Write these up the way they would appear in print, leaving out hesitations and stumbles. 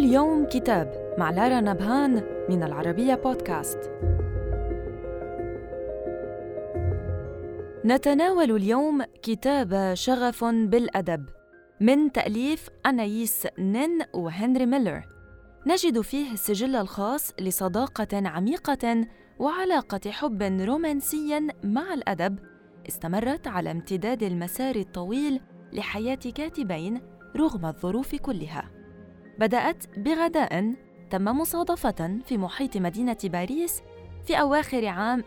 كل يوم كتاب مع لارا نبهان من العربية بودكاست. نتناول اليوم كتاب شغف بالأدب من تأليف أنايس نين وهنري ميلر. نجد فيه السجل الخاص لصداقة عميقة وعلاقة حب رومانسي مع الأدب استمرت على امتداد المسار الطويل لحياة كاتبين رغم الظروف كلها. بدأت بغداء تم مصادفة في محيط مدينة باريس في أواخر عام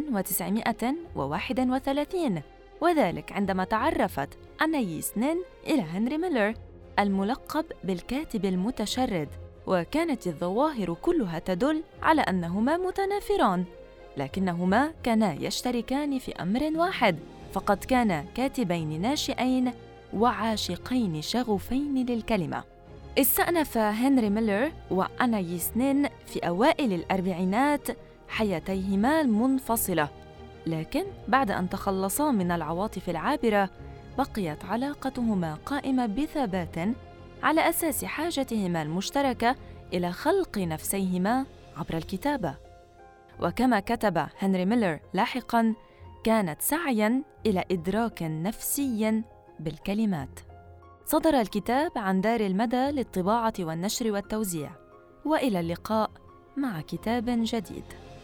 1931، وذلك عندما تعرفت أنايس نين إلى هنري ميلر الملقب بالكاتب المتشرد، وكانت الظواهر كلها تدل على أنهما متنافران، لكنهما كانا يشتركان في أمر واحد، فقد كانا كاتبين ناشئين وعاشقين شغوفين للكلمة. استأنف هنري ميلر وأنايس نين في أوائل الأربعينات حياتيهما المنفصلة، لكن بعد أن تخلصا من العواطف العابرة بقيت علاقتهما قائمة بثبات على أساس حاجتهما المشتركة إلى خلق نفسيهما عبر الكتابة. وكما كتب هنري ميلر لاحقاً، كانت سعياً إلى إدراك نفسي بالكلمات. صدر الكتاب عن دار المدى للطباعة والنشر والتوزيع، وإلى اللقاء مع كتاب جديد.